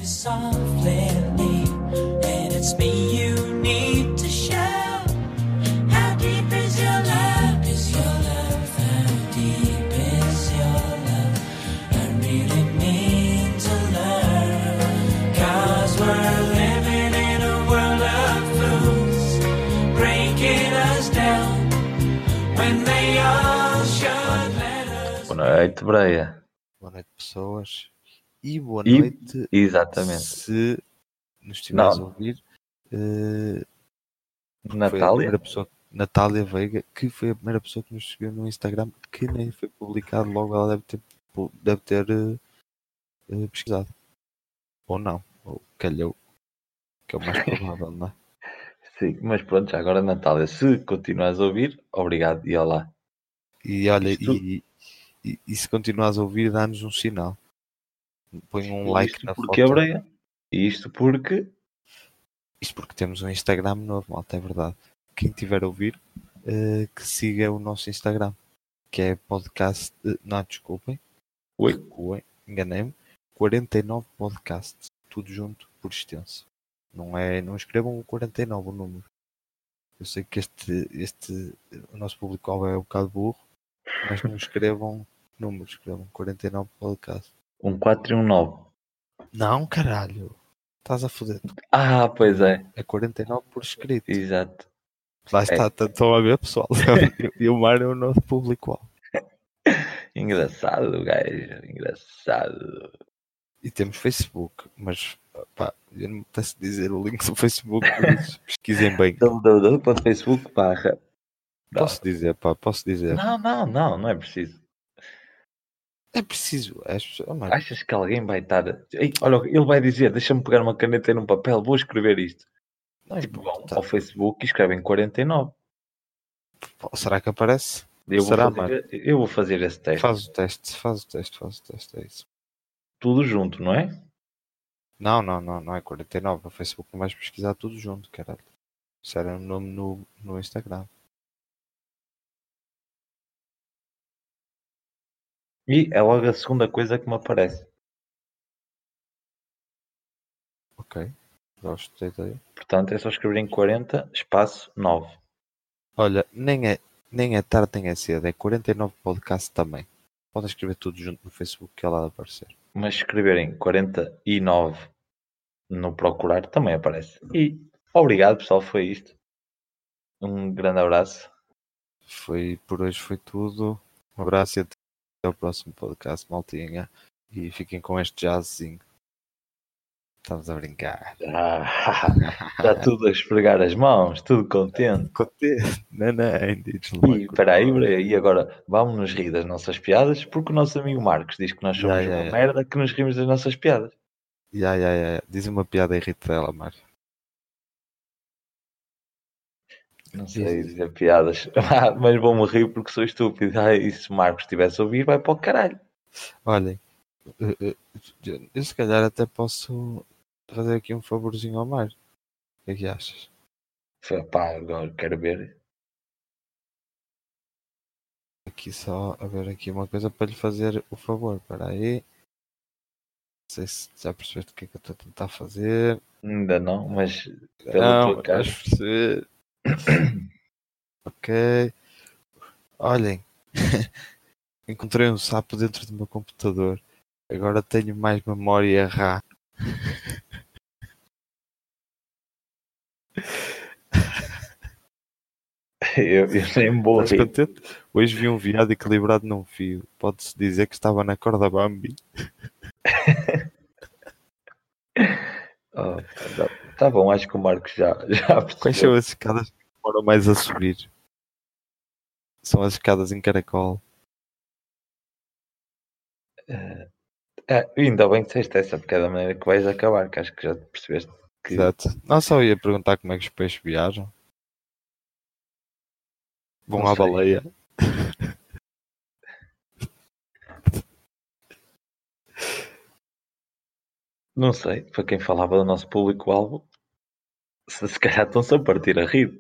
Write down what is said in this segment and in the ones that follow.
softly, and it's me you need to show. How deep is your love? Is your love? How deep is your love? I really need to learn. 'Cause we're living in a world of fools, breaking us down when they all should let us. Boa noite, Breia. Boa noite, pessoas. E boa E- noite Exatamente. se nos estiveres a Não. ouvir. Foi a Natália? primeira pessoa, Natália Veiga, que foi a primeira pessoa que nos seguiu no Instagram, que nem foi publicado, logo ela deve ter pesquisado. Ou não, ou calhou, que é o mais provável, não é? Sim, mas pronto, já agora, Natália, se continuas a ouvir, obrigado e olá. E olha, Isto- e se continuares a ouvir, dá-nos um sinal. Põe um like Isto na porque, foto. Breia? Isto porque... Isto porque temos um Instagram novo, malta, é verdade. Quem tiver a ouvir, que siga o nosso Instagram, que é podcast. Não, desculpem, Oi? recuem, enganei-me. 49 podcasts, tudo junto por extenso. Não escrevam o 49 o número. Eu sei que o nosso público-alvo é um bocado burro, mas não escrevam números, escrevam 49 podcasts. 4 e 9. Não, caralho, estás a foder. Ah, pois é. É 49 por escrito. Exato. Lá está, estão a ver, pessoal. E o Mário é o nosso público-alvo. Engraçado, gajo. Engraçado. E temos Facebook, mas pá, eu não me apetece dizer o link do Facebook, por isso pesquisem bem. www.facebook. Posso dizer, pá, posso dizer. Não é preciso. É preciso, as pessoas, mano, Achas que alguém vai estar... Ei, olha, ele vai dizer, deixa-me pegar uma caneta e num papel, vou escrever isto. não, Tipo, vão tá. ao Facebook e escrevem 49. Será que aparece? Eu Será, vou fazer esse teste. Faz o teste, é isso. Tudo junto, não é? Não é 49, no Facebook não vais pesquisar tudo junto, caralho. Isso era o nome no Instagram. E é logo a segunda coisa que me aparece. Ok, gosto da ideia. Portanto, é só escrever em 40, espaço 9. Olha, nem é tarde nem é cedo, é 49 podcast também. Podem escrever tudo junto no Facebook que é lá de aparecer. Mas escreverem 49 no procurar também aparece. E obrigado, pessoal, foi isto. Um grande abraço. Por hoje foi tudo. Um abraço e até ao próximo podcast, maltinha. E fiquem com este jazzzinho. Estamos a brincar. Está tudo a esfregar as mãos, tudo contente. E espera aí, e agora vamos nos rir das nossas piadas, porque o nosso amigo Marcos diz que nós somos uma merda que nos rimos das nossas piadas. Diz uma piada e ri-te dela, Mário. Não sei dizer piadas, mas vou-me rir porque sou estúpido. E se o Marcos estivesse a ouvir, vai para o caralho. Olhem, eu se calhar até posso fazer aqui um favorzinho ao Mário. O que é que achas? Pá, agora quero ver. Aqui só a ver aqui uma coisa para lhe fazer o favor. Espera aí. Não sei se já percebeste o que é que eu estou a tentar fazer. Ainda não, mas pela tua cara. Vais perceber. Ok. Olhem. Encontrei um sapo dentro do meu computador. Agora tenho mais memória RAM. eu nem vou Estás rir. contente? Hoje vi um veado equilibrado num fio. Pode-se dizer que estava na corda Bambi. Tá bom, acho que o Marcos já percebeu. Quais são as escadas que demoram mais a subir? São as escadas em caracol. Ainda bem que disseste essa, porque é da maneira que vais acabar, que acho que já percebeste que... Exato. Não, só ia perguntar como é que os peixes viajam. Vão Não à sei. baleia. Não sei, para quem falava do nosso público-alvo, se calhar estão-se a partir a rir.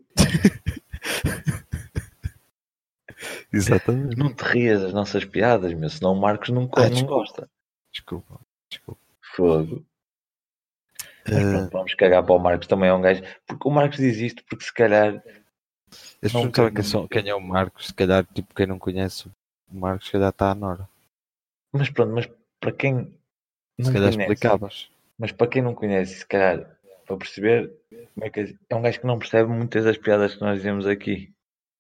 Exatamente. Não te rias das nossas piadas, meu, senão o Marcos não Desculpa. gosta. Desculpa. Fogo. Mas pronto, vamos cagar para o Marcos, também é um gajo. Porque o Marcos diz isto porque se calhar Eles não perguntaram quer. quem é o Marcos. Se calhar, tipo, quem não conhece o Marcos, se calhar está à Nora. Mas pronto, mas para quem Se não calhar conhece, explicavas. mas para quem não conhece, se calhar, para perceber como é que é um gajo que não percebe muitas das piadas que nós dizemos aqui.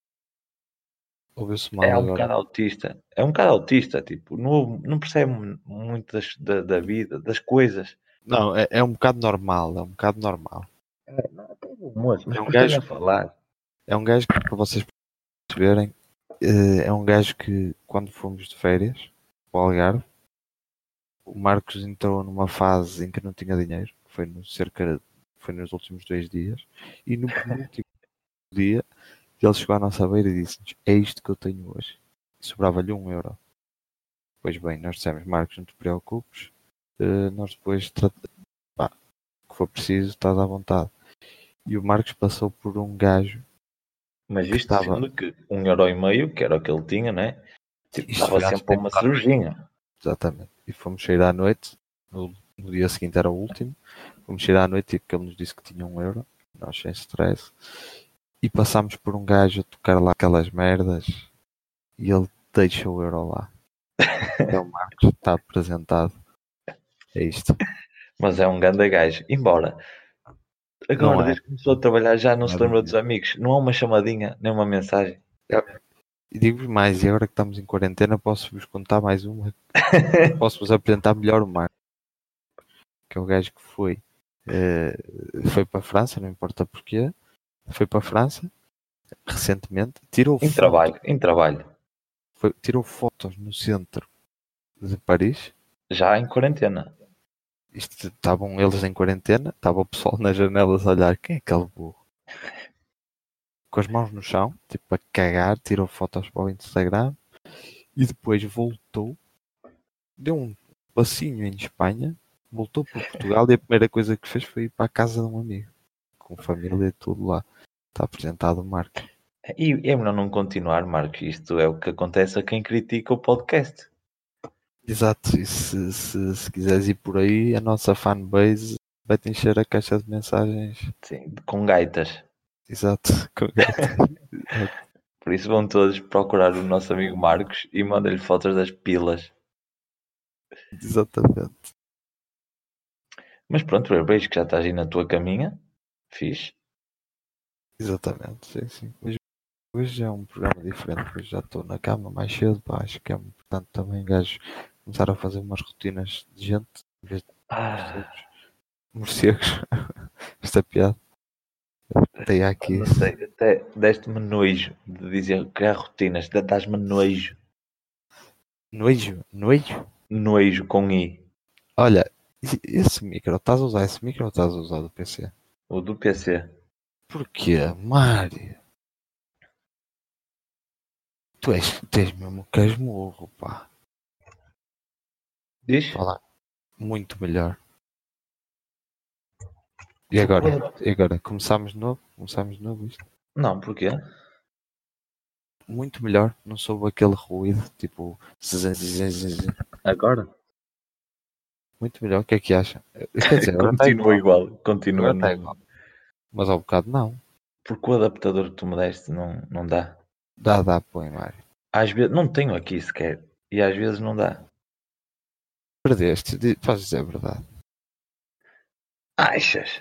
Ouviu-se mal É um agora. bocado autista. É um bocado autista, tipo, não percebe muito da vida, das coisas. Não, é um bocado normal. É um bocado normal. Não, tem bom moço, mas É um custa-lhe gajo, a falar. é um gajo que, para vocês perceberem, é um gajo que, quando fomos de férias para o Algarve, o Marcos entrou numa fase em que não tinha dinheiro, que foi nos últimos 2 dias, e no penúltimo dia ele chegou à nossa beira e disse-nos: é isto que eu tenho hoje. E sobrava-lhe 1 euro. Pois bem, nós dissemos: Marcos, não te preocupes, nós depois, pá, o que for preciso, estás à vontade. E o Marcos passou por um gajo Mas que isto estava. sendo que 1,5 € que era o que ele tinha, né? Tipo, Isto dava foi antes sempre de uma irmos à noite. cervejinha. Exatamente. E fomos sair à noite. No dia seguinte era o último. Fomos sair à noite e que ele nos disse que tinha 1 euro. Nós sem stress. E passámos por um gajo a tocar lá aquelas merdas. E ele deixa o euro lá. É o Marcos, está apresentado. É isto. Mas é um ganda gajo. Embora, Não agora, é? desde que começou a trabalhar, já não Não é se de lembra dos momento. amigos. Não há uma chamadinha, nem uma mensagem. E digo-vos mais, e agora que estamos em quarentena, posso-vos contar mais uma. Posso-vos apresentar melhor o Marcos, que é o gajo que foi para a França, não importa porquê. Foi para a França recentemente, Em trabalho. tirou fotos no centro de Paris. Já em quarentena. Estavam eles em quarentena, estava o pessoal nas janelas a olhar: quem é aquele burro? Com as mãos no chão, tipo a cagar, tirou fotos para o Instagram e depois voltou, deu um passinho em Espanha, voltou para Portugal e a primeira coisa que fez foi ir para a casa de um amigo, com família e tudo lá. Está apresentado o Marco. E é melhor não continuar, Marcos. Isto é o que acontece a quem critica o podcast. Exato, e se quiseres ir por aí, a nossa fanbase vai-te encher a caixa de mensagens. Sim, com gaitas. Exato, com gato. Por isso vão todos procurar o nosso amigo Marcos e mandem-lhe fotos das pilas. Exatamente. Mas pronto, eu vejo que já estás aí na tua caminha. Fixe. Exatamente, sim, sim. Hoje é um programa diferente, hoje já estou na cama mais cedo, pá, acho que é importante também gajo começar a fazer umas rotinas de gente, em vez de Ah, morcegos. Esta piada. Tem aqui não isso. sei, até deste-me nojo de dizer que há rotinas. Dás-me nojo. Nojo, nojo. Nojo com I. Olha, esse micro, estás a usar esse micro ou estás a usar do PC? O do PC. Porquê, Mário? Tu és mesmo casmurro, pá. Diz? Fala muito melhor. E agora? Começámos de novo? Começámos de novo isto? Não, porquê? Muito melhor. Não soube aquele ruído, tipo... Agora? Muito melhor. O que é que acha? Quer dizer, agora está Continua igual. igual. Continua Agora está no... igual. Mas ao bocado não. Porque o adaptador que tu me deste não dá. Dá, põe, Mário. Às vezes, não tenho aqui sequer. E às vezes não dá. Perdeste. Podes dizer a verdade. Achas?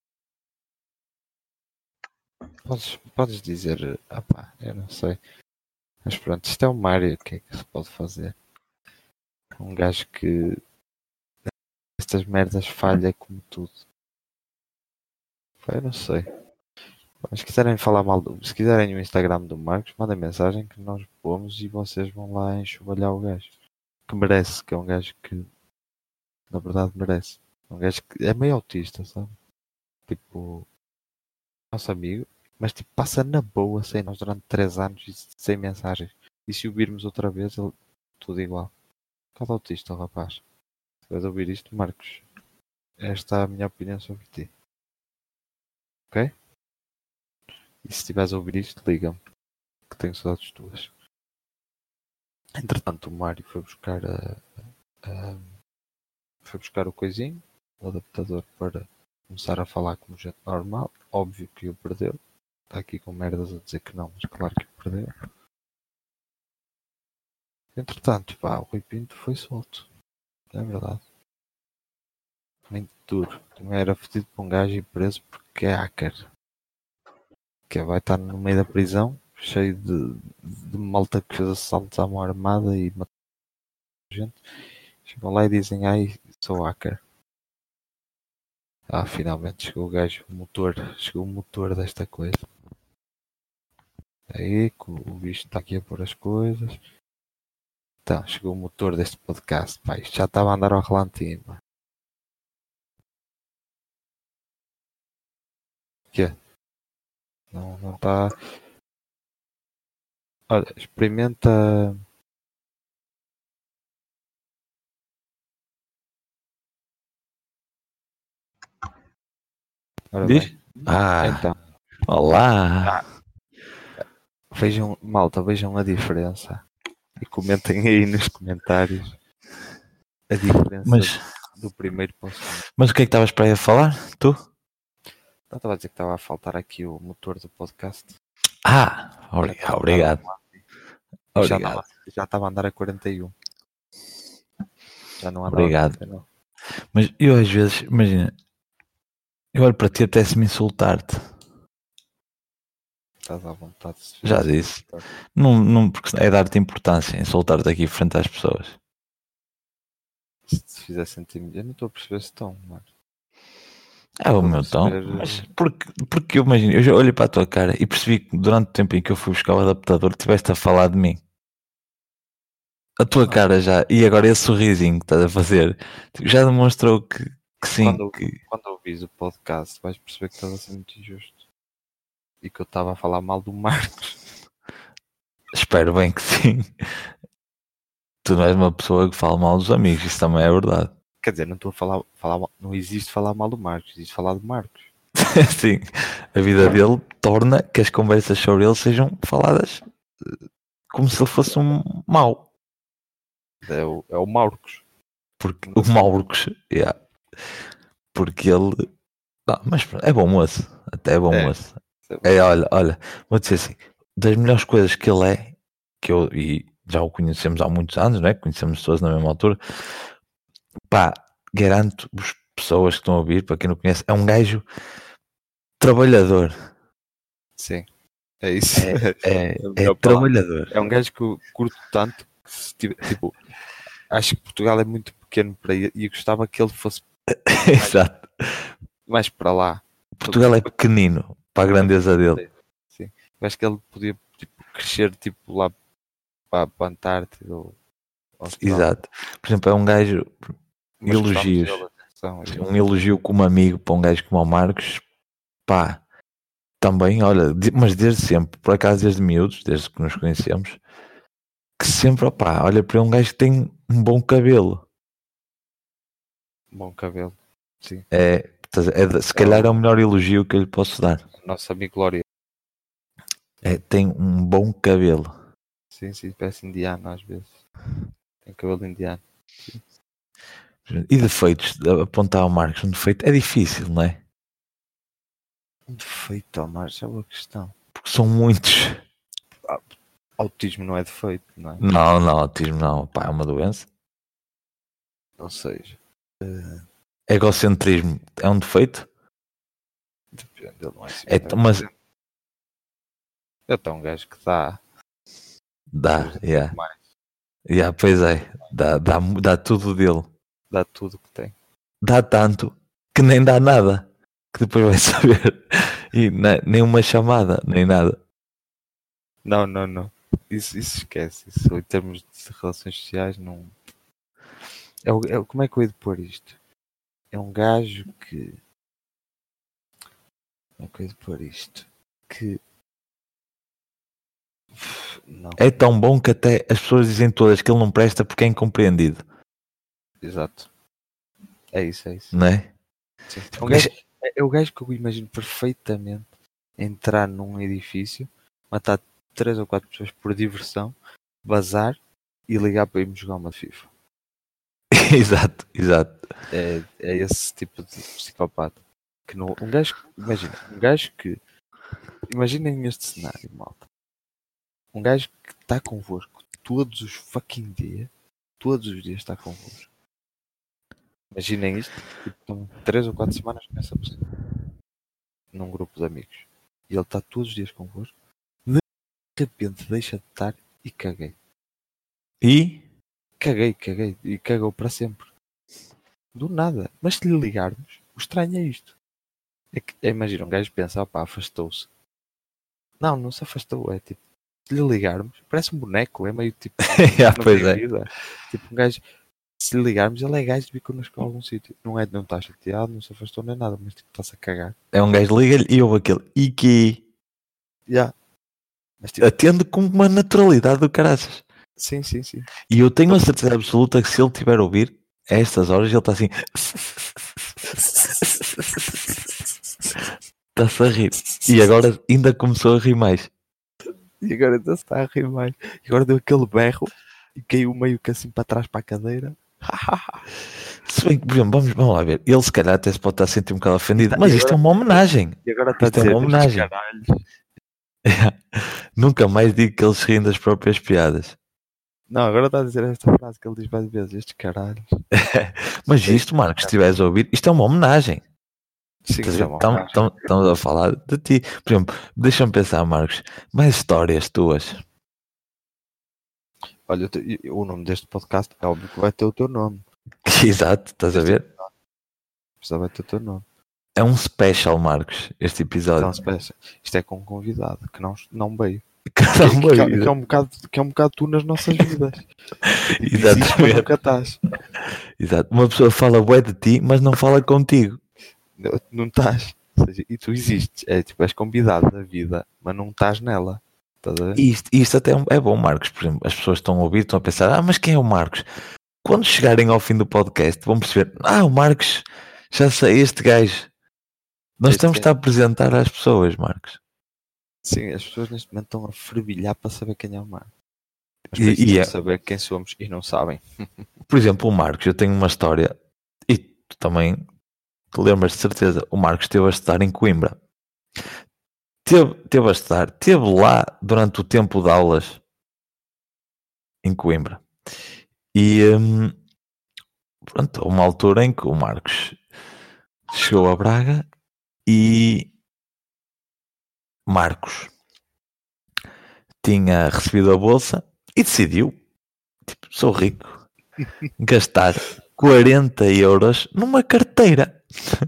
Podes dizer... Ah pá, eu não sei. Mas pronto, isto é o Mário. O que é que se pode fazer? Um gajo que... Estas merdas falha como tudo. Pá, eu não sei. Mas se quiserem falar mal se quiserem o Instagram do Marcos, mandem mensagem que nós pomos e vocês vão lá enxovalhar o gajo. Que merece, que é um gajo que na verdade merece. É um gajo que é meio autista, sabe? Tipo, nosso amigo, mas tipo, passa na boa sem nós durante 3 anos e sem mensagens. E se o virmos outra vez, ele tudo igual. Cada autista, o rapaz. Se vais ouvir isto, Marcos, esta é a minha opinião sobre ti. Ok? E se estiveres a ouvir isto, liga-me, que tenho saudades tuas. Entretanto, o Mário foi buscar o coisinho, o adaptador para começar a falar como gente normal. Óbvio que o perdeu. Está aqui com merdas a dizer que não, mas claro que o perdeu. Entretanto, pá, o Rui Pinto foi solto. É verdade. Muito duro. Também era fedido para um gajo ir preso porque é hacker. Que vai estar no meio da prisão, cheio de malta que fez assaltos à mão armada e matou gente. Chegam lá e dizem, ai, sou hacker. Ah, finalmente chegou o gajo, chegou o motor desta coisa. Aí, que o bicho está aqui a pôr as coisas. Então, chegou o motor deste podcast, pá, isto já estava a andar ao relantinho, pá. Quê? Não está... Olha, experimenta... Ora Diz? bem, Ah, então, olá! vejam, malta, vejam a diferença. E comentem aí nos comentários a diferença Mas, do primeiro para o segundo. mas o que é que estavas para aí a falar? Tu? Não estava a dizer que estava a faltar aqui o motor do podcast. Ah, obrigado. Já Obrigado. já estava a andar a 41. Já não andava Obrigado. a 49. Mas eu às vezes, imagina, eu olho para ti até se me insultar-te. Estás à vontade. Já disse. Não, porque é dar-te importância, insultar-te aqui frente às pessoas. Se te fizer sentir melhor, eu não estou a perceber se estão, mano. É o meu tom. Mas porque eu imagino, eu já olhei para a tua cara e percebi que durante o tempo em que eu fui buscar o adaptador, estiveste a falar de mim. A tua cara já, e agora esse sorrisinho que estás a fazer, tipo, já demonstrou que sim. Quando ouvires o podcast, vais perceber que estás a ser muito injusto. E que eu estava a falar mal do Marcos. Espero bem que sim. Tu não és uma pessoa que fala mal dos amigos, isso também é verdade. Quer dizer, não estou a falar mal, não existe falar mal do Marcos, existe falar do Marcos. Sim, a vida dele torna que as conversas sobre ele sejam faladas como se ele fosse um mau. É o Marcos. Porque o Mauricos, yeah. Porque ele. Não, mas pronto, é bom moço. Até é bom moço. É, olha, vou dizer assim, das melhores coisas que ele é, que eu e já o conhecemos há muitos anos, não é? Conhecemos todos na mesma altura. Pá, garanto-vos, pessoas que estão a ouvir, para quem não conhece, é um gajo trabalhador. Sim, é isso. É trabalhador. É um gajo que eu curto tanto que se tipo, acho que Portugal é muito pequeno para ele e eu gostava que ele fosse Exato. mais para lá. Portugal é pequenino para a grandeza dele. Sim. Eu acho que ele podia tipo, crescer tipo, lá para a Antártida ou exato. Por exemplo, é um gajo elogios. Um elogio como amigo para um gajo como o Marcos, pá, também, olha, mas desde sempre, por acaso desde miúdos, desde que nos conhecemos, que sempre, opá, olha para um gajo que tem um bom cabelo. Bom cabelo, sim. Se calhar é o melhor elogio que eu lhe posso dar. Nosso amigo Glória. Tem um bom cabelo. Sim, parece indiano às vezes. Tem cabelo indiano. Sim. E defeitos, apontar ao Marcos um defeito é difícil, não é? Um defeito ao Marcos é uma questão. Porque são muitos. Autismo não é defeito, não é? Não, autismo não, pá, é uma doença. Ou seja, egocentrismo é um defeito? depende, ele não é assim. Mas é tão um gajo que dá. Dá, pois é, dá tudo dele. Dá tudo que tem. Dá tanto que nem dá nada. Que depois vai saber. E nem uma chamada, nem nada. Não. Isso esquece. Isso em termos de relações sociais não. Como é que eu ia pôr isto? É um gajo que. Como é que eu ia pôr isto? Que. Não. É tão bom que até as pessoas dizem todas que ele não presta porque é incompreendido. Exato. É isso. Não é? Sim. É o gajo que eu imagino perfeitamente entrar num edifício, matar 3 ou 4 pessoas por diversão, vazar e ligar para irmos jogar uma FIFA. Exato. É esse tipo de psicopata. Que não, um gajo, imagina, um gajo que, imaginem este cenário, malta. Um gajo que está convosco todos os fucking dias, todos os dias está convosco. Imaginem isto, tipo, estão 3 ou 4 semanas com essa pessoa, num grupo de amigos. E ele está todos os dias convosco. De repente deixa de estar e caguei. E? Caguei. E cagou para sempre. Do nada. Mas se lhe ligarmos, o estranho é isto. É que, imagina, um gajo pensa, opá, afastou-se. Não se afastou. É tipo, se lhe ligarmos, parece um boneco. É meio tipo, não Pois tem é. vida. Tipo, um gajo, se lhe ligarmos, ele é gajo de vir connosco a algum sítio. Não está chateado, não se afastou nem nada, mas tipo, está-se a cagar. É um gajo, liga-lhe e ouve aquele. E que Yeah. Mas, tipo, atende com uma naturalidade do caraças. sim. E eu tenho a certeza absoluta que se ele tiver a ouvir, a estas horas ele está assim. Está-se a rir. E agora ainda começou a rir mais. E agora ainda se está a rir mais. E agora deu aquele berro e caiu meio que assim para trás para a cadeira. Se bem que, por exemplo, vamos lá ver. Ele se calhar até se pode estar a sentir um bocado ofendido. Mas E isto é agora- uma homenagem. E agora está a Isto é dizer, uma homenagem. "Estes caralhos." Nunca mais digo que eles riem das próprias piadas. Não, agora está a dizer esta frase que ele diz várias vezes, estes caralhos. Mas isto, Marcos, se estiveres a ouvir, isto é uma homenagem. Sim, Estás a ver? isso é uma homenagem. Estamos a falar de ti. Por exemplo, deixa-me pensar, Marcos, mais histórias tuas. Olha, o nome deste podcast é óbvio que vai ter o teu nome. Exato, estás a ver? Precisa vai ter o teu nome. É um special, Marcos, este episódio. Então, isto é com um convidado que não veio. Caramba, Que é um bocado tu nas nossas vidas. Exatamente. Existes, mas nunca estás. Exato. Uma pessoa fala bué de ti, mas não fala contigo. Não estás. Ou seja, e tu existes. É tipo, és convidado da vida, mas não estás nela. Estás a ver? Isto até é bom, Marcos. Por exemplo, as pessoas estão a ouvir, estão a pensar, mas quem é o Marcos? Quando chegarem ao fim do podcast, vão perceber, o Marcos, já sei, este gajo. Nós Este temos de apresentar às pessoas, Marcos. Sim, as pessoas neste momento estão a fervilhar para saber quem é o Marcos. Mas E precisam é- saber quem somos e não sabem. Por exemplo, o Marcos, eu tenho uma história, e tu também te lembras de certeza, o Marcos esteve a estudar em Coimbra. Teve a estudar, esteve lá durante o tempo de aulas em Coimbra. E pronto, houve uma altura em que o Marcos chegou a Braga e Marcos tinha recebido a bolsa e decidiu, tipo, sou rico, gastar 40 euros numa carteira.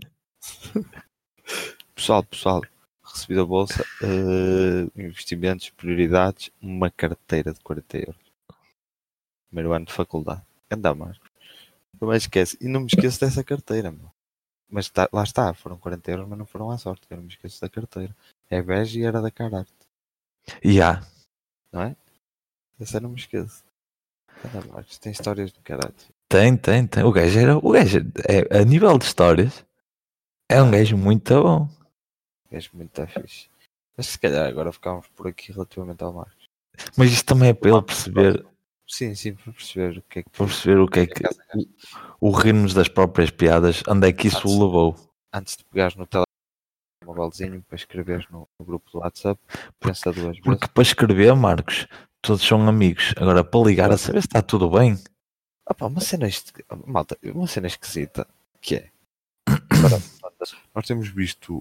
Pessoal, recebi da bolsa, investimentos, prioridades, uma carteira de 40 euros. Primeiro ano de faculdade. Anda mais. Não me esquece. E não me esqueço dessa carteira, meu. Mas lá está, foram 40 euros, mas não foram à sorte. Eu não me esqueço da carteira. É bege e era da Cararte. E há. Não é? Essa eu não me esqueço. Anda mais. Tem histórias do caralho. Tem. O gajo a nível de histórias, é um gajo muito bom. És muito fixe. Mas se calhar agora ficámos por aqui relativamente ao Marcos. Mas isto também é para ele perceber, Sim, para perceber o que é que... para perceber o que é que o rir-nos das próprias piadas, onde é que isso o levou. Antes de pegares no telemóvelzinho para escreveres no grupo do WhatsApp, pensa duas vezes. Porque para escrever, Marcos, todos são amigos. Agora, para ligar a saber se está tudo bem. Uma cena esquisita que é agora, nós temos visto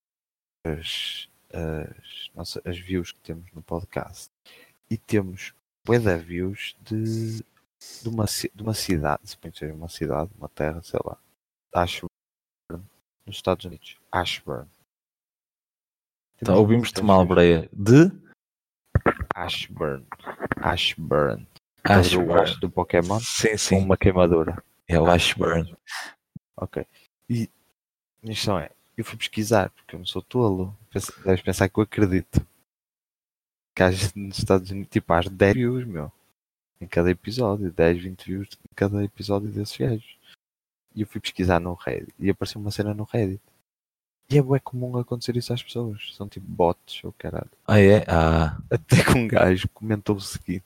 as views que temos no podcast e temos bué de views de uma cidade, se pode ser uma cidade, uma terra, sei lá, Ashburn, nos Estados Unidos. Ashburn. Então, ouvimos-te mal, Breia. De Ashburn. Ashburn. O gajo do Pokémon com Sim. uma queimadura. É o Ashburn. Ok. E a questão é, eu fui pesquisar, porque eu não sou tolo. Deves pensar que eu acredito. Que há gente nos Estados Unidos, tipo, há 10 views, meu. Em cada episódio. 10, 20 views em cada episódio desses gajos. E eu fui pesquisar no Reddit. E apareceu uma cena no Reddit. E é bué comum acontecer isso às pessoas. São tipo bots ou caralho. É? Até que um gajo comentou o seguinte.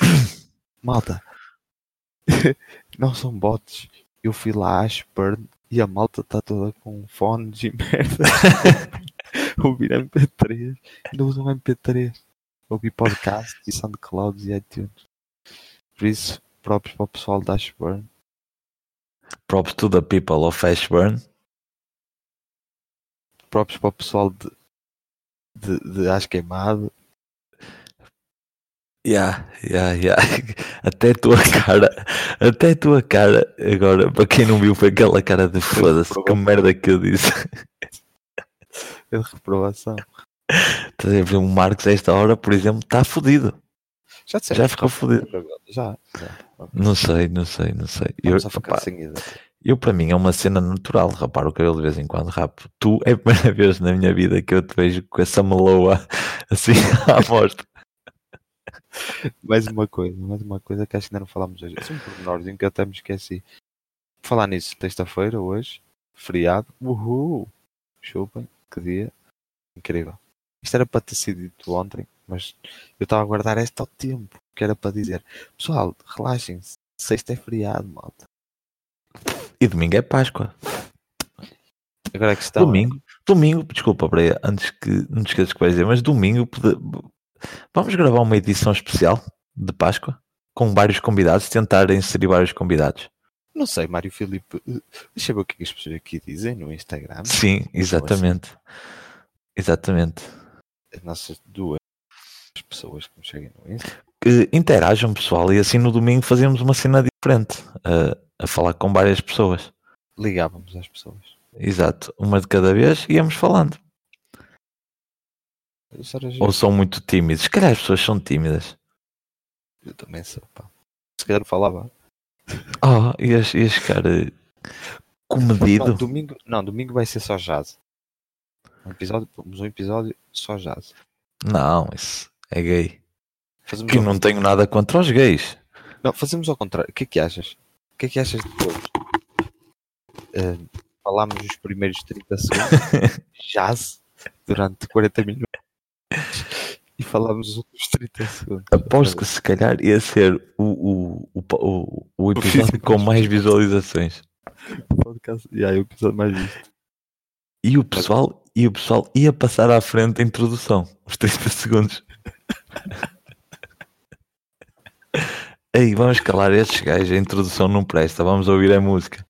Malta. Não são bots. Eu fui lá a Ashburn e a malta está toda com fones e merda. Ouvir MP3. Ainda usam MP3. Ouvir podcast e SoundCloud e iTunes. Por isso, próprios para o pessoal da Ashburn. Props to the people of Ashburn. Próprios para o pessoal de As Queimado. Yeah. Até a tua cara, agora, para quem não viu, foi aquela cara de foda-se, que merda que eu disse. É de reprovação. Estás a ver, o Marcos a esta hora, por exemplo, está fodido. Já ficou fodido. Já. Não sei. Eu, para mim, é uma cena natural rapar o cabelo de vez em quando, rapo. Tu, é a primeira vez na minha vida que eu te vejo com essa meloa assim à mostra. Mais uma coisa que acho que ainda não falámos hoje. Esse é um pormenorzinho que eu até me esqueci. Falar nisso, terça-feira, hoje, feriado. Uhul! Chupem, que dia incrível. Isto era para ter sido dito ontem, mas eu estava a guardar esta ao tempo, que era para dizer: pessoal, relaxem-se, sexta é feriado, malta. E domingo é Páscoa. Agora a questão Domingo, desculpa, Breia, antes que não te esqueças que vais dizer, mas domingo vamos gravar uma edição especial de Páscoa com vários convidados, tentar inserir vários convidados. Não sei, Mário Filipe, deixa eu ver o que as pessoas aqui dizem no Instagram. Sim, exatamente. As nossas duas pessoas que me seguem no Instagram. Interajam, pessoal, e assim no domingo fazemos uma cena diferente, a falar com várias pessoas. Ligávamos às pessoas. Exato, uma de cada vez e íamos falando. Ou são muito tímidos? Se calhar as pessoas são tímidas. Eu também sou, pá. Se calhar não falava. Ias ficar comedido. Domingo vai ser só jazz. Um episódio só jazz. Não, isso é gay. Que não tenho nada contra os gays. Não, fazemos ao contrário. O que é que achas? O que é que achas depois? Falámos os primeiros 30 segundos jazz durante 40 minutos e falámos os outros 30 segundos. Aposto que se calhar ia ser o episódio com mais visualizações. O episódio mais visto. E o pessoal ia passar à frente a introdução, os 30 segundos. Ei, vamos calar estes gajos, a introdução não presta, vamos ouvir a música.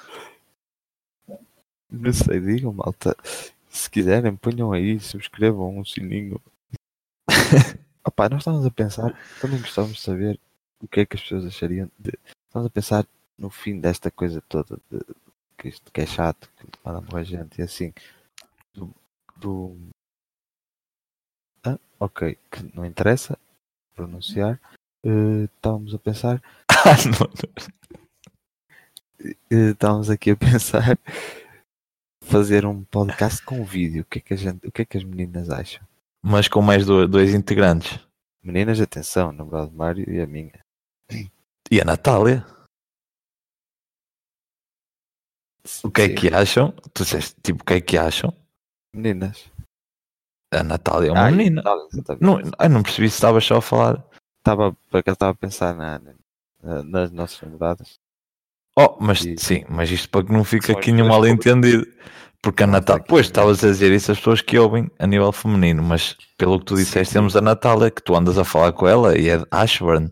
Não sei, digam, malta. Se quiserem, ponham aí, subscrevam um sininho. Opá, nós estávamos a pensar, também gostávamos de saber o que é que as pessoas achariam de. Estávamos a pensar no fim desta coisa toda, que isto que é chato, que manda morrer gente e assim. Ok, que não interessa pronunciar. Estávamos a pensar. Estávamos aqui a pensar fazer um podcast com vídeo. O que é que as meninas acham? Mas com mais dois integrantes. Meninas, atenção, namorado de Mário e a minha. E a Natália? O que é que acham? Tu disseste, tipo, o que é que acham? Meninas. A Natália é uma menina. Não percebi se estavas só a falar. Estava a pensar nas nossas namoradas. Mas sim, mas isto para que não fique aqui nenhum mal entendido. Porque a Natália, pois estavas a dizer isso às pessoas que ouvem a nível feminino, mas pelo que tu disseste, temos a Natália, que tu andas a falar com ela e é de Ashburn.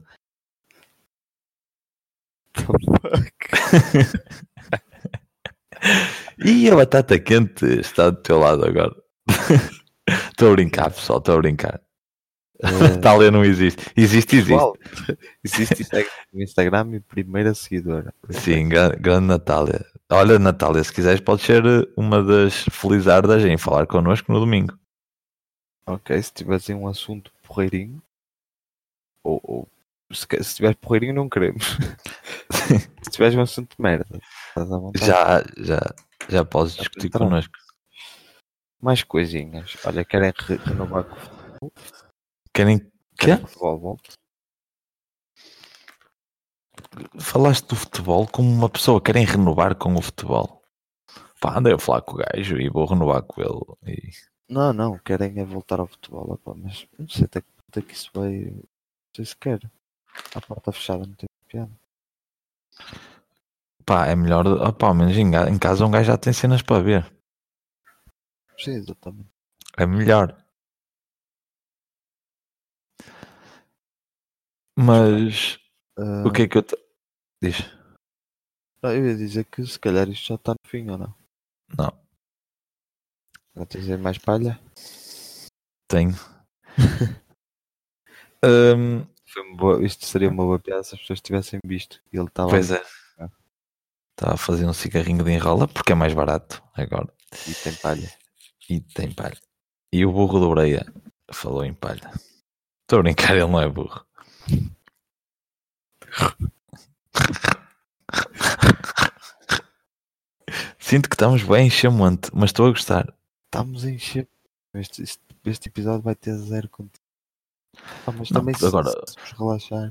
E a batata quente está do teu lado agora. Estou a brincar, pessoal, estou a brincar. Natália não existe. Existe. Existe no Instagram e primeira seguidora. Sim, grande Natália. Olha, Natália, se quiseres podes ser uma das felizardas em falar connosco no domingo. Ok, se tiveres um assunto porreirinho, ou se tiveres porreirinho não queremos. Se tiveres um assunto de merda, estás à vontade. Já podes discutir connosco. Mais coisinhas. Olha, querem renovar com o futebol? Querem que o futebol volte? Falaste do futebol como uma pessoa. Querem renovar com o futebol? Pá, andei a falar com o gajo e vou renovar com ele. Não, querem é voltar ao futebol. Opa, mas não sei até que isso vai. Não sei se quer. A porta fechada não tem piada. Pá, é melhor. Pá, ao menos em casa um gajo já tem cenas para ver. Sim, exatamente. É melhor. Mas o que é que eu. Diz? Eu ia dizer que se calhar isto já está no fim, ou não? Não, Não tens aí mais palha? tenho. Isto seria uma boa piada se as pessoas tivessem visto. E ele estava Pois ali. é. Está a fazer um cigarrinho de enrola porque é mais barato agora. E tem palha. E tem palha. E o burro do Breia falou em palha. Estou a brincar, ele não é burro. Sinto que estamos bem chamante, mas estou a gostar. Estamos a encher. Este episódio vai ter zero conteúdo. Mas Não, também agora se vos relaxar.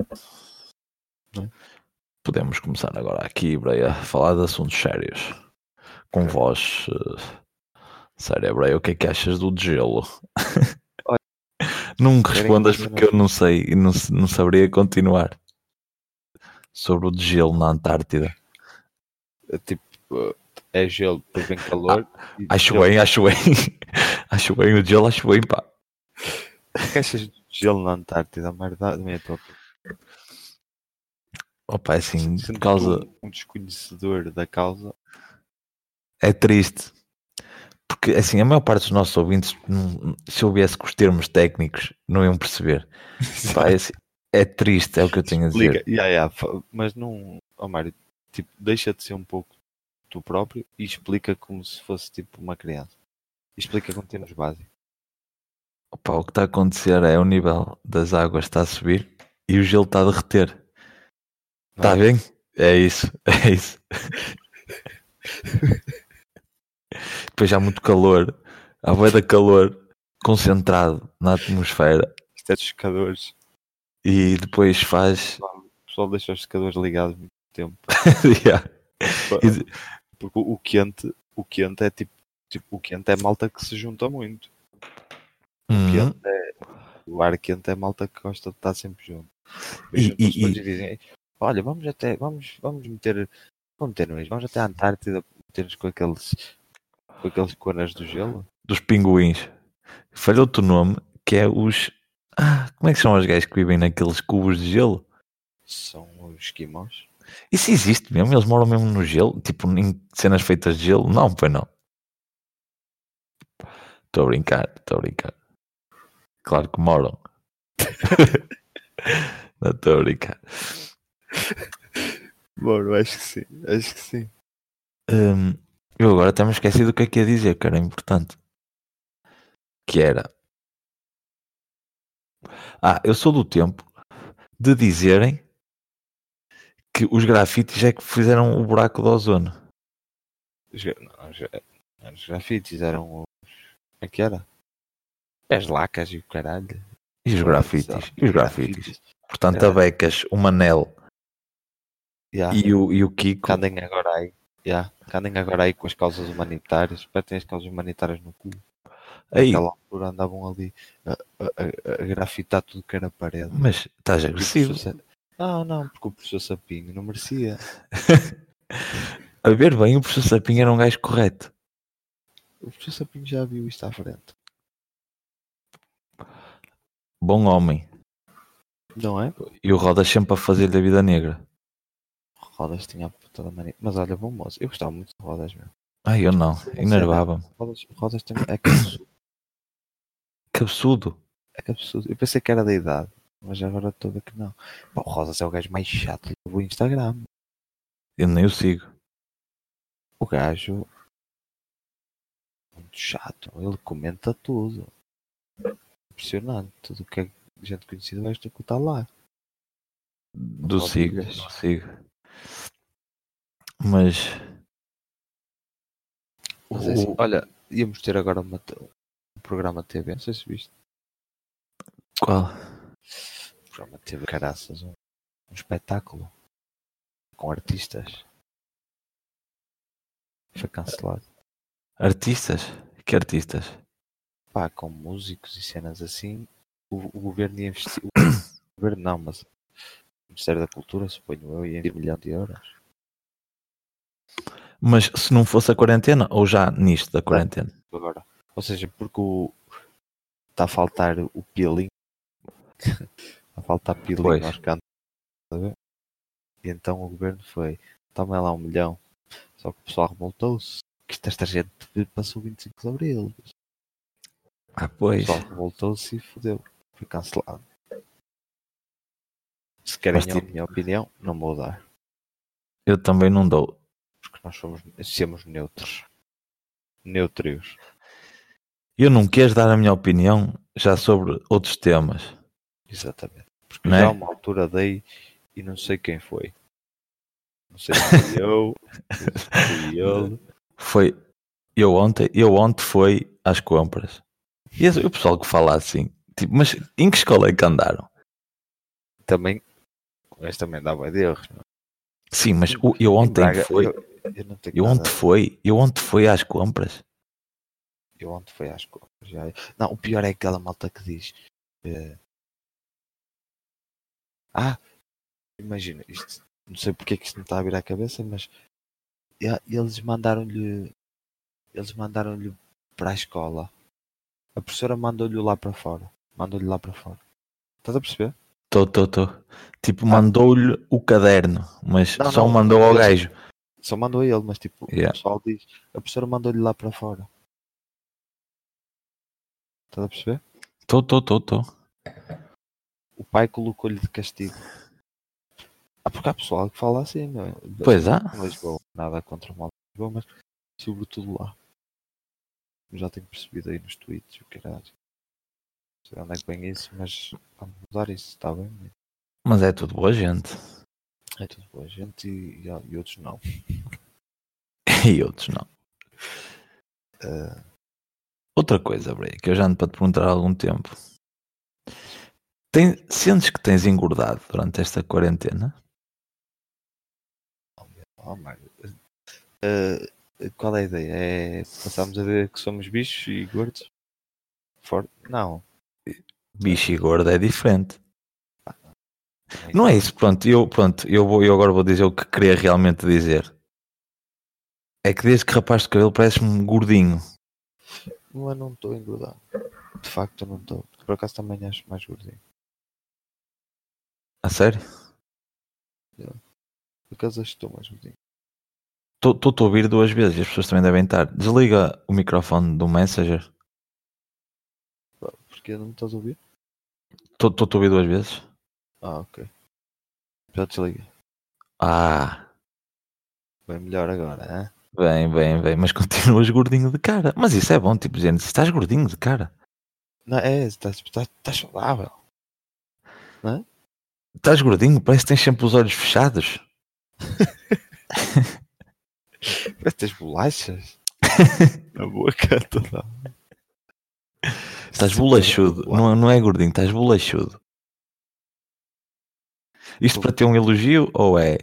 podemos começar agora aqui, Breia, a falar de assuntos sérios. Com Ok. voz séria, Breia. O que é que achas do gelo? Olha, Não me querem respondas que eu porque eu não sei e não saberia continuar. Sobre o gelo na Antártida. Tipo, é gelo, depois vem calor. E Acho gelo. bem, acho bem. Acho bem o gelo, acho bem, pá. O que achas de gelo na Antártida? A merda da minha top. Opa, é assim, por Sendo causa. tu um desconhecedor da causa. É triste. Porque, assim, a maior parte dos nossos ouvintes, se eu viesse com os termos técnicos, não iam perceber. Pá, é, assim, é triste, é o que eu tenho a dizer. Explica. Mas não. Oh, Mário, tipo, deixa de ser um pouco tu próprio e explica como se fosse tipo uma criança. Explica com termos básicos. Opa, o que está a acontecer é o nível das águas está a subir e o gelo está a derreter. Está Não é? bem? É isso, é isso. Depois há muito calor, há bué de calor concentrado na atmosfera Isto é dos secadores. e depois faz. O pessoal deixa os secadores ligados muito tempo. Yeah. E- Porque o quente é tipo, o quente é malta que se junta muito. Uhum. O ar quente é malta que gosta de estar sempre junto. E E, juntam-se todos e- e dizem, olha, vamos meter-nos, vamos até à Antártida, meter-nos com aqueles conas do gelo. dos pinguins. Falhou-te o nome, que é os. Como é que são os gajos que vivem naqueles cubos de gelo? São os esquimós. Isso existe mesmo? Eles moram mesmo no gelo? Tipo, em cenas feitas de gelo? Não, pois não. Estou a brincar, estou a brincar. Claro que moram. Não estou a brincar. Bom, acho que sim, acho que sim. Eu agora até me esqueci do que é que ia dizer, que era importante. Que era. Eu sou do tempo de dizerem que os grafites é que fizeram o buraco do ozono. Os grafites eram os. Como é que era? As lacas e o caralho. E os grafites? E os grafites? Portanto, a Era- Becas, o Manel Yeah. e o Kiko. Que andem agora aí. Que andem agora aí com as causas humanitárias. Espertem as causas humanitárias no cu. Aí, Naquela altura andavam ali a grafitar tudo que era parede. mas estás E o agressivo. professor Não, porque o professor Sapinho não merecia. A ver bem, o professor Sapinho era um gajo correto. O professor Sapinho já viu isto à frente. Bom homem. Não é? E o Rodas sempre a fazer-lhe a vida negra. Rodas tinha a puta da mania. Mas olha, bom moço. Eu gostava muito de Rodas, meu. Ai, eu não. Enervava-me. Rodas tem... É que absurdo. Que absurdo. É que absurdo. Eu pensei que era da idade. Mas agora estou a ver que não. Pá, o Rodas é o gajo mais chato do Instagram. Eu nem o sigo. O gajo... Muito chato. Ele comenta tudo. Impressionante. Tudo o que é gente conhecida o gajo tem que estar lá. Do sigo. Rodrigues. Do sigo. Mas... Mas é assim, olha, íamos ter agora um programa de TV, não sei se viste. Qual? Um programa de TV, caraças, um espetáculo com artistas. Foi cancelado. Artistas? Que artistas? Pá, com músicos e cenas assim, o governo ia investir. O governo não, mas o Ministério da Cultura, suponho eu, ia investir 1 milhão de euros. Mas se não fosse a quarentena, ou já nisto da quarentena? Agora. Ou seja, porque está a faltar o peeling. Está a faltar peeling Pois. aos cantos. Está a ver? E então o governo foi, toma lá 1 milhão. Só que o pessoal revoltou-se. Que esta gente passou o 25 de Abril. Ah, O pois. pessoal revoltou-se e fodeu. Foi cancelado. Se querem Mas, a tipo, minha opinião, não vou dar. eu também não dou. Porque nós somos neutros. Neutros. Eu não quero dar a minha opinião já sobre outros temas. Exatamente. Porque Não já é? a uma altura dei e não sei quem foi. Não sei se fui eu, não sei se fui ele. Foi eu ontem fui às compras. E o pessoal que fala assim, tipo, mas em que escola é que andaram? Também, mas também dava de erros. Não? Sim, mas eu Em ontem Braga, fui. eu não tenho Eu nada. ontem fui às compras. Eu ontem fui às compras. Já. Não, o pior é aquela malta que diz. Imagina, isto, não sei porque é que isto me está a vir à cabeça, mas eles mandaram-lhe para a escola. A professora mandou-lhe lá para fora. Mandou-lhe lá para fora. Estás a perceber? Tô. Tipo, mandou-lhe o caderno, mas Não, só não. mandou ao Eles gajo. só mandou a ele, mas tipo, o Yeah. pessoal diz. A professora mandou-lhe lá para fora. Estás a perceber? Tô. O pai colocou-lhe de castigo. Porque há pessoal que fala assim, não é? Pois há. Em Lisboa, nada contra o mal de Lisboa, mas sobretudo lá. Eu já tenho percebido aí nos tweets o que era. Não sei onde é que vem isso, mas vamos mudar isso, está bem? Mas é tudo boa gente. É tudo boa gente e outros não. E outros não. Outra coisa, Bray, que eu já ando para te perguntar há algum tempo. Sentes que tens engordado durante esta quarentena? Oh, Mário. Qual é a ideia? É passarmos a ver que somos bichos e gordos? Forte? Não. Bicho e gordo é diferente. É Não é isso. isso, eu agora vou dizer o que queria realmente dizer. É que desde que rapaste o cabelo parece-me gordinho. Mas não estou engordado. De facto, eu não estou. Por acaso também acho mais gordinho. A sério? Por acaso acho que estou mais gordinho. Estou a ouvir 2 vezes e as pessoas também devem estar. Desliga o microfone do Messenger. Porque não me estás a ouvir? Estou a ouvir 2 vezes. Ah, ok. Já desliguei. Ah, Bem melhor agora, hein? bem. Mas continuas gordinho de cara. Mas isso é bom, tipo, dizendo, estás gordinho de cara. Não, estás saudável. Não é? Estás gordinho, parece que tens sempre os olhos fechados. Parece que tens bolachas na boca toda. Estás bolachudo. Não é gordinho, estás bolachudo. Isto para ter um elogio ou é?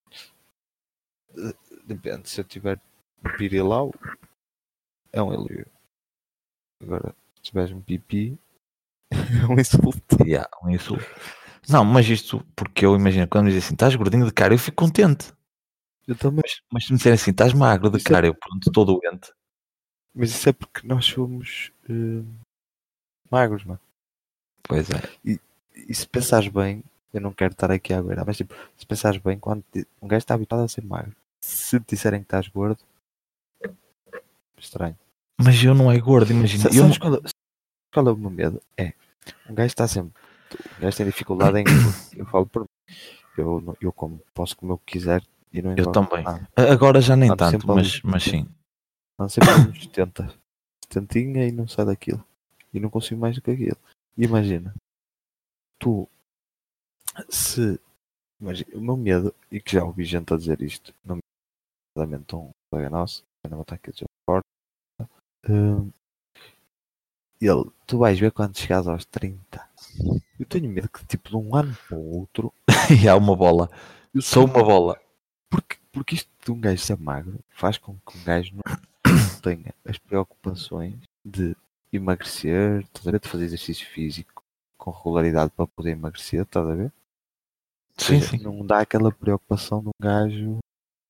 Depende, se eu tiver pirilau, é um elogio. Agora, se tiveres um pipi, é um insulto. Yeah, um insulto. Não, mas isto porque eu imagino quando me dizem assim, estás gordinho de cara, eu fico contente. Eu também. Mas se me disserem assim, estás magro de Isso é- cara, eu pronto, estou doente. Mas isso é porque nós somos magros, mano. Pois é. E se pensares bem, eu não quero estar aqui agora, mas tipo, se pensares bem, quando um gajo está habituado a ser magro, se te disserem que estás gordo, estranho. Mas eu não é gordo, imagina. Sabes qual é o meu medo? É, um gajo está sempre. Um gajo tem dificuldade em. Eu falo por mim. Eu como, posso comer o que quiser e não Eu engordo também. nada. Agora já nem Ando tanto, sempre ali. mas sim. Ando sempre ali nos 70. 70 e não sai daquilo. E não consigo mais do que aquilo. E imagina, tu, se. Imagina, o meu medo, e que já ouvi gente a dizer isto, nomeadamente um colega nosso, que não está aqui a dizer forte, tu vais ver quando chegares aos 30. Eu tenho medo que, tipo, de um ano para o outro, E há uma bola. eu Sou uma bola. Porque isto de um gajo ser magro faz com que um gajo não tenha as preocupações de emagrecer, estás a ver? De fazer exercício físico com regularidade para poder emagrecer, estás a ver? Ou Sim, seja, sim. não dá aquela preocupação de um gajo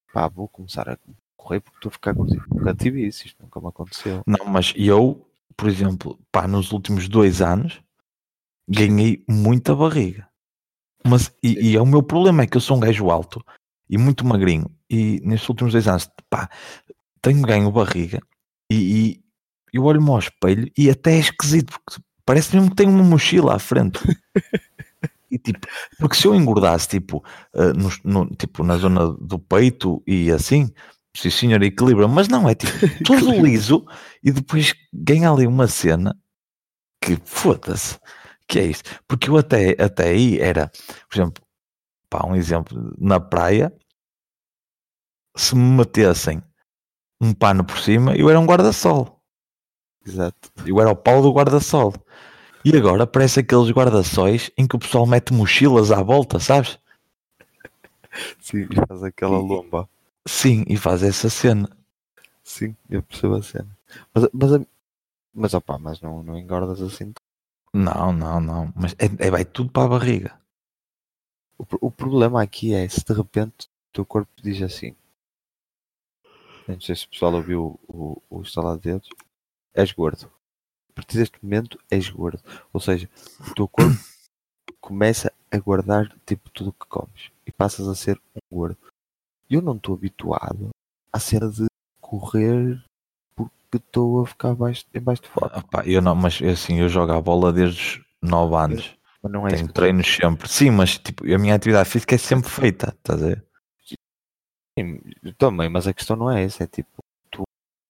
pá, vou começar a correr porque estou a ficar gordinho. Nunca tive isso, isto nunca me aconteceu. Não, mas eu, por exemplo, pá, nos últimos 2 anos ganhei muita barriga. Mas, e é o meu problema, é que eu sou um gajo alto e muito magrinho. E nestes últimos 2 anos, pá, tenho ganho barriga e eu olho-me ao espelho e até é esquisito, porque parece mesmo que tenho uma mochila à frente. E tipo, porque se eu engordasse tipo, tipo na zona do peito e assim, sim senhor, equilibra, mas não, é tipo tudo liso e depois ganha ali uma cena que foda-se, que é isso. Porque eu até aí era, por exemplo, pá, um exemplo, na praia, se me metessem um pano por cima, eu era um guarda-sol. Exato. Eu era o pau do guarda-sol. E agora parece aqueles guarda-sóis em que o pessoal mete mochilas à volta, sabes? Sim, e faz aquela E- lomba. Sim, e faz essa cena. Sim, eu percebo a cena. Mas opá, mas não engordas assim. Não, não, não. Mas vai tudo para a barriga. O problema aqui é se de repente o teu corpo diz assim. Eu não sei se o pessoal ouviu o estalar de dedos. És gordo. A partir deste momento és gordo. Ou seja, o teu corpo começa a guardar tipo tudo o que comes. E passas a ser um gordo. Eu não estou habituado à cena de correr porque estou a ficar em baixo de forma. Ah, pá, eu não, mas assim, eu jogo a bola desde os 9 anos. Mas não é isso Tenho que eu estou a treinos sempre. Sim, mas tipo, a minha atividade física é sempre feita, estás a ver? Sim, eu também, mas a questão não é essa, é tipo, tu,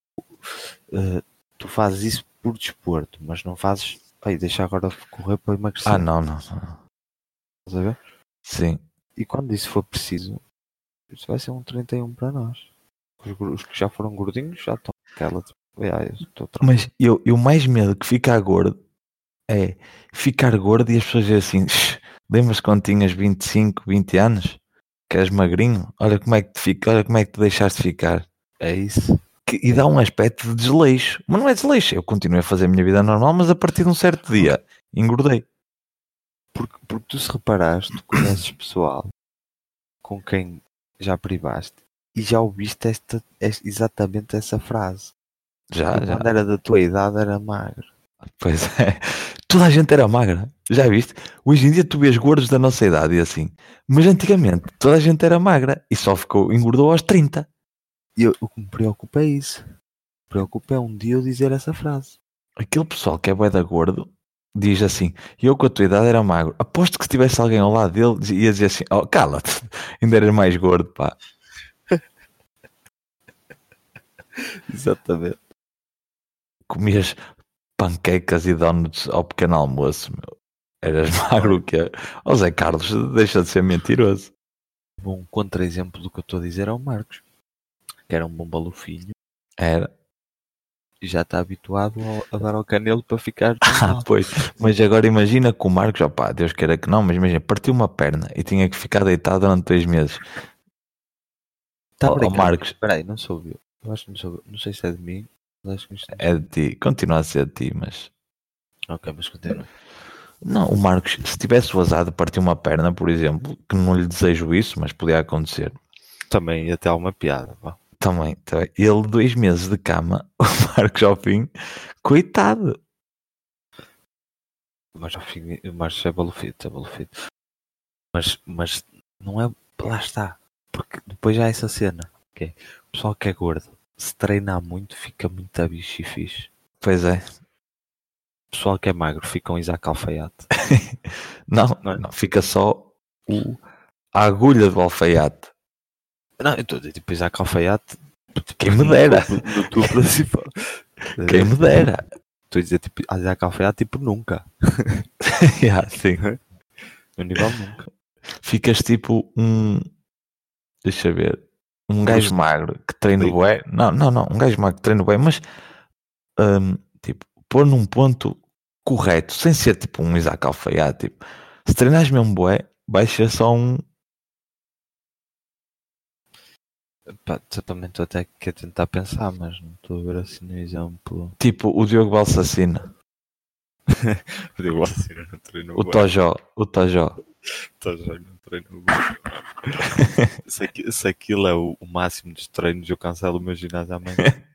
tu fazes isso por desporto, mas não fazes, ai, deixa agora correr para emagrecer, Ah, não, não, não. estás a ver? Sim. E quando isso for preciso, isso vai ser um 31 para nós. Os que já foram gordinhos já estão aquela, tipo, eu estou tranquilo. Mas eu mais medo que ficar gordo é ficar gordo e as pessoas dizem assim, lembras quando tinhas 25, 20 anos? Que eras magrinho? Olha como é que te fica, olha como é que te deixaste ficar. É isso. E dá um aspecto de desleixo. Mas não é desleixo, eu continuei a fazer a minha vida normal, mas a partir de um certo dia engordei. Porque tu se reparares, tu conheces pessoal com quem já privaste e já ouviste exatamente essa frase. Já, Eu já. quando era da tua idade era magro. Pois é. Toda a gente era magra. Já viste? Hoje em dia tu vês gordos da nossa idade e assim. Mas antigamente toda a gente era magra e só engordou aos 30. E o que me preocupa é isso. Preocupa é um dia eu dizer essa frase. Aquele pessoal que é bué da gordo diz assim, eu com a tua idade era magro. Aposto que se tivesse alguém ao lado dele ia dizer assim, oh, cala-te, ainda eras mais gordo, pá. Exatamente. Comias panquecas e donuts ao pequeno almoço, meu. Eras magro que é. Ó Zé Carlos, deixa de ser mentiroso. Um contra-exemplo do que eu estou a dizer é o Marcos, que era um bom balufinho Era. e já está habituado a dar ao canelo para ficar Ah, normal. pois. Mas agora imagina que o Marcos, opá, Deus queira que não, mas imagina, partiu uma perna e tinha que ficar deitado durante 2 meses. Está a Ó brincar? Marcos, Espera aí, não soube. Eu acho que não soube. Não sei se é de mim, mas acho que isto não é de ti, continua a ser de ti, mas. Ok, mas continua. Não, o Marcos, se tivesse o azar de partir uma perna, por exemplo, que não lhe desejo isso, mas podia acontecer. Também ia ter alguma piada. Vá. Também. Ele 2 meses de cama, o Marcos ao fim, coitado. Mas ao fim, o Marcos é balufito, é balufito. Mas não é. Lá está. Porque depois já há essa cena. Que é, o pessoal que é gordo, se treinar muito, fica muito a bicho e fixe. Pois é. O pessoal que é magro fica um Isaac Alfaiate. Não, Não é? não, fica só a agulha do alfaiate. Não, eu estou a dizer tipo Isaac Alfaiate. Tipo, Quem me dera. No topo principal. Quem me dera. Estou a dizer tipo Isaac Alfaiate tipo nunca. Yeah, sim. No nível nunca. Ficas tipo um. Deixa eu ver. Um gajo magro que treina Lee. bué. Não, não, não. Um gajo magro que treina bué, mas tipo, pôr num ponto correto, sem ser tipo um Isaac Alfaiate. Tipo, se treinares mesmo bué, vais ser só um. Pá, também estou até aqui a tentar pensar, mas não estou a ver assim no exemplo. Tipo o Diogo Balsacina. Eu digo, assim, eu não treino O Tojó. Já não treino se aquilo é o máximo dos treinos, eu cancelo o meu ginásio amanhã.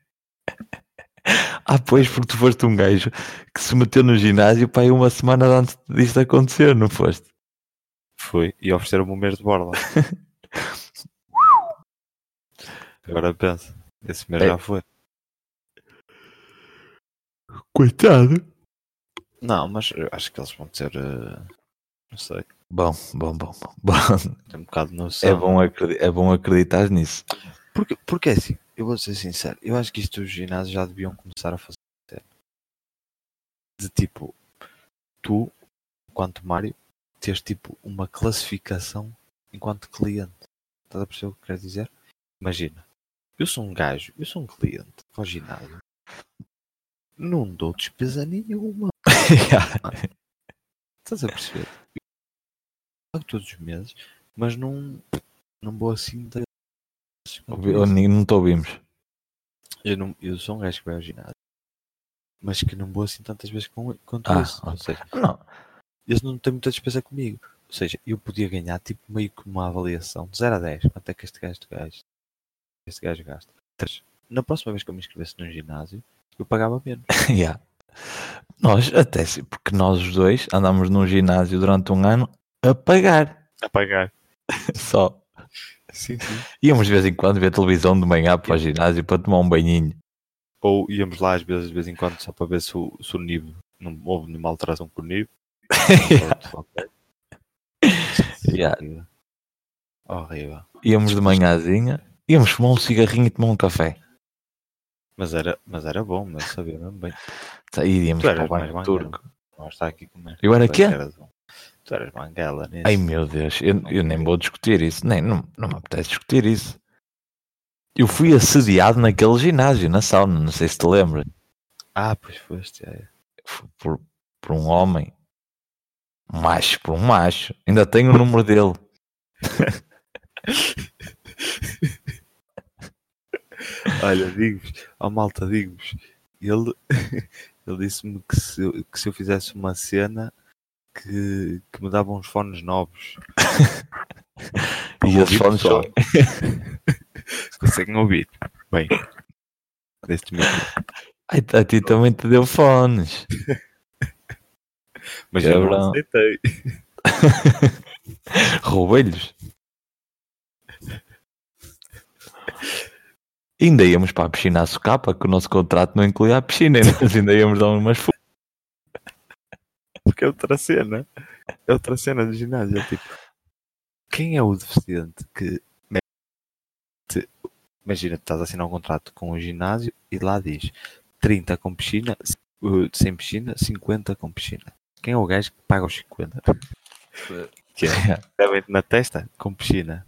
Pois, porque tu foste um gajo que se meteu no ginásio para aí uma semana antes disto acontecer, não foste? Foi, e ofereceram-me um mês de borla. Agora pensa, esse mês já foi. Coitado. Não, mas eu acho que eles vão ter, não sei, Bom. tem um bocado de noção. É bom acreditar nisso. Porque assim, eu vou ser sincero, eu acho que isto os ginásios já deviam começar a fazer. De tipo, tu, enquanto Mário, teres tipo uma classificação enquanto cliente. Estás a perceber o que quero dizer? Imagina, eu sou um gajo, eu sou um cliente ao ginásio, não dou despesa nenhuma. Estás a perceber? Eu pago todos os meses, mas não vou assim. Não te ouvimos. Eu sou um gajo que vai ao ginásio, mas que não vou assim tantas vezes quanto isso. Ok. Ou seja, Não. eles não têm muita despesa comigo. Ou seja, eu podia ganhar tipo meio que uma avaliação de 0 a 10. Quanto é que este gajo gasta? 3. Na próxima vez que eu me inscrevesse num ginásio, eu pagava menos. Yeah. Nós, até porque nós os dois andámos num ginásio durante um ano a pagar. A pagar. Só. Sim. Íamos de vez em quando ver televisão de manhã para o ginásio para tomar um banhinho. Ou íamos lá às vezes de vez em quando só para ver se o nível não houve nenhuma alteração com o nível. Yeah. Horrível. Íamos de manhãzinha, íamos fumar um cigarrinho e tomar um café. Mas era bom, mas sabia mesmo bem. Iríamos Tu para o eras mais bairro manguela. turco. Vamos estar aqui comer. Eu era quê? Tu eras manguela nisso. Ai meu Deus, eu nem vou discutir isso. Não me apetece discutir isso. Eu fui assediado naquele ginásio, na sauna, não sei se te lembras. Pois foste. É. Por um homem. Por um macho. Ainda tenho o número dele. Olha, digo-vos, malta, digo-vos, ele disse-me que se eu fizesse uma cena que me dava uns fones novos. E os fones só. Conseguem ouvir? Bem, deste mesmo. A ti também te deu fones. Mas eu não aceitei. Roubei-lhes. Ainda íamos para a piscina a socapa, que o nosso contrato não incluía a piscina, mas ainda íamos dar umas Porque é outra cena. É outra cena do ginásio. É tipo, quem é o deficiente que... Imagina, tu estás a assinar um contrato com o ginásio e lá diz 30 com piscina, sem piscina, 50 com piscina. Quem é o gajo que paga os 50? Que é? Devem-te na testa com piscina.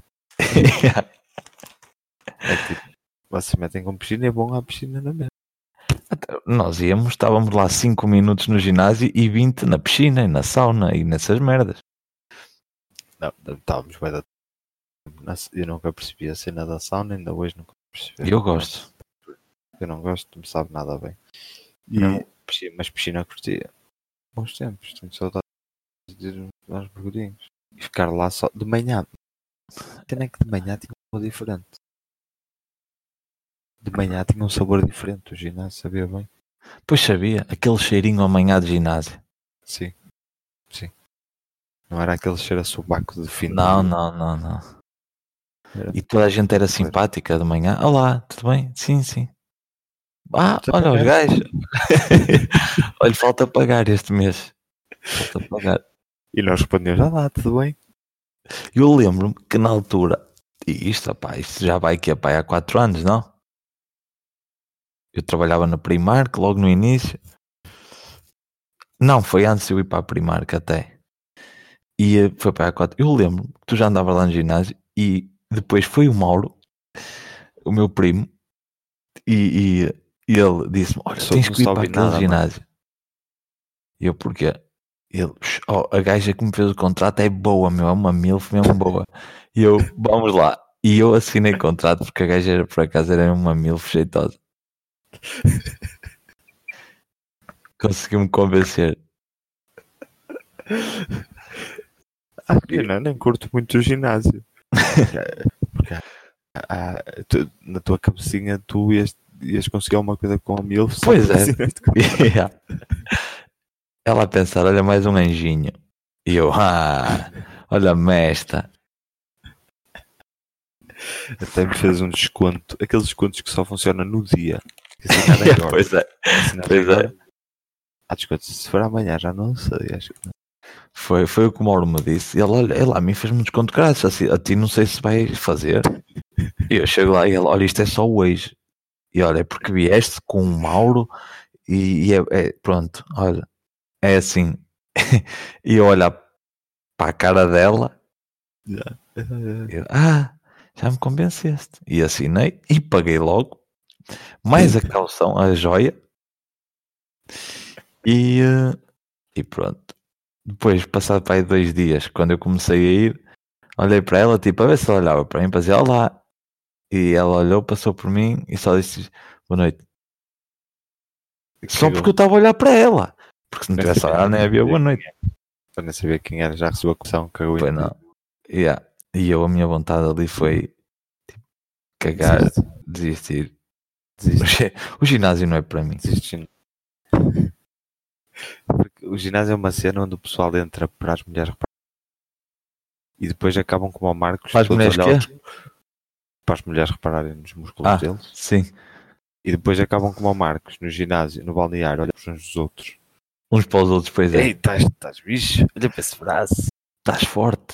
É tipo, vocês metem com piscina e vão à piscina na mesma. Nós estávamos lá 5 minutos no ginásio e 20 na piscina e na sauna e nessas merdas. Não, estávamos bem da... Eu nunca percebi a cena da sauna, ainda hoje nunca percebi. Eu gosto. Eu não gosto, não me sabe nada bem. Mas piscina curtia. Bons tempos, tenho saudades de ir aos mergulhinhos. E ficar lá só de manhã. Tem que de manhã tinha um sabor diferente. De manhã tinha um sabor diferente. O ginásio sabia bem. Pois sabia, aquele cheirinho amanhã de ginásio. Sim. Não era aquele cheiro a sobaco de fim. Não. E toda a gente era simpática de manhã. Olá, tudo bem? Sim. Olha os gajos. Olha, falta pagar este mês. Falta pagar. E nós respondemos, lá, tudo bem? Eu lembro-me que na altura, e isto já vai que há 4 anos, não? Eu trabalhava na Primark logo no início. Não, foi antes de eu ir para a Primark até. E foi para a 4. Eu lembro que tu já andavas lá no ginásio e depois foi o Mauro, o meu primo, e ele disse-me, olha, tens que ir para aquele ginásio. E eu, porquê? Ele, a gaja que me fez o contrato é boa, meu, é uma milf mesmo boa. E eu, vamos lá. E eu assinei o contrato porque a gaja por acaso era uma milf jeitosa. Conseguiu-me convencer. Eu nem curto muito o ginásio. Porque na tua cabecinha tu ias conseguir alguma coisa com a MILF. Pois é. Yeah. Ela a pensar, olha, mais um anjinho. E eu, olha-me esta. Até me fez um desconto. Aqueles descontos que só funcionam no dia. Assim, nada agora. Pois é. Assim, Pois agora. é. Há descontos. Se for amanhã, já não sei. Acho que não. Foi o que o Mauro me disse. E ele, olha, ele a mim fez-me um desconto grátis. Assim, a ti não sei se vai fazer. E eu chego lá e ele, olha, isto é só hoje. E olha, é porque vieste com o Mauro e pronto, olha, é assim. E eu olhar para a cara dela, eu, já me convenceste. E assinei e paguei logo, mais a calção, a joia. E pronto. Depois, passado para aí 2 dias, quando eu comecei a ir, olhei para ela, tipo, a ver se ela olhava para mim, para dizer olá. E ela olhou, passou por mim e só disse boa noite. Só porque eu estava a olhar para ela. Porque se não tivesse a olhar, nem havia boa noite. Eu nem sabia quem era, já recebeu a comissão, cagou Foi em não. Yeah. E eu, a minha vontade ali foi tipo, cagar, desistir. O ginásio não é para mim. Desistir. Porque o ginásio é uma cena onde o pessoal entra para as mulheres e depois acabam como o Marcos. Para as mulheres quê? Para as mulheres repararem nos músculos deles. Sim. E depois acabam como o Marcos, no ginásio, no balneário, olham uns dos outros. Uns para os outros, pois é. Ei, estás bicho, olha para esse braço. Estás forte.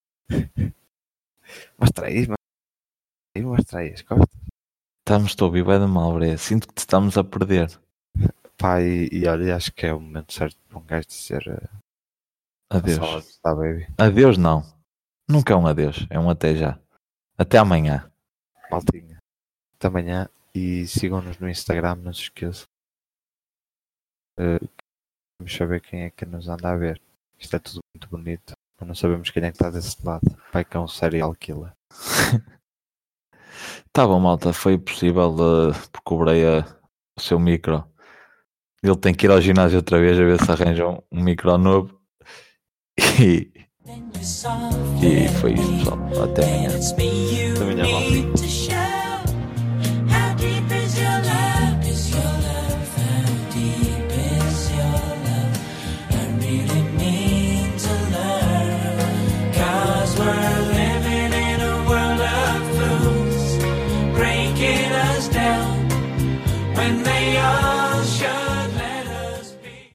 Mostra aí as costas. Estamos a ouvir bem de mal, Bre. Sinto que te estamos a perder. Pá, e olha, acho que é o momento certo para um gajo dizer adeus. Está, baby. Adeus não. Nunca é um adeus, é um até já. Até amanhã. Maltinha. Até amanhã e sigam-nos no Instagram, não se esqueçam. Vamos saber quem é que nos anda a ver. Isto é tudo muito bonito, mas não sabemos quem é que está desse lado. Pai que é um serial killer. Tá bom, malta, foi possível porque cobrei o seu micro. Ele tem que ir ao ginásio outra vez a ver se arranjam um micro novo. E foi isto, pessoal. Até amanhã. Até amanhã, maltinha.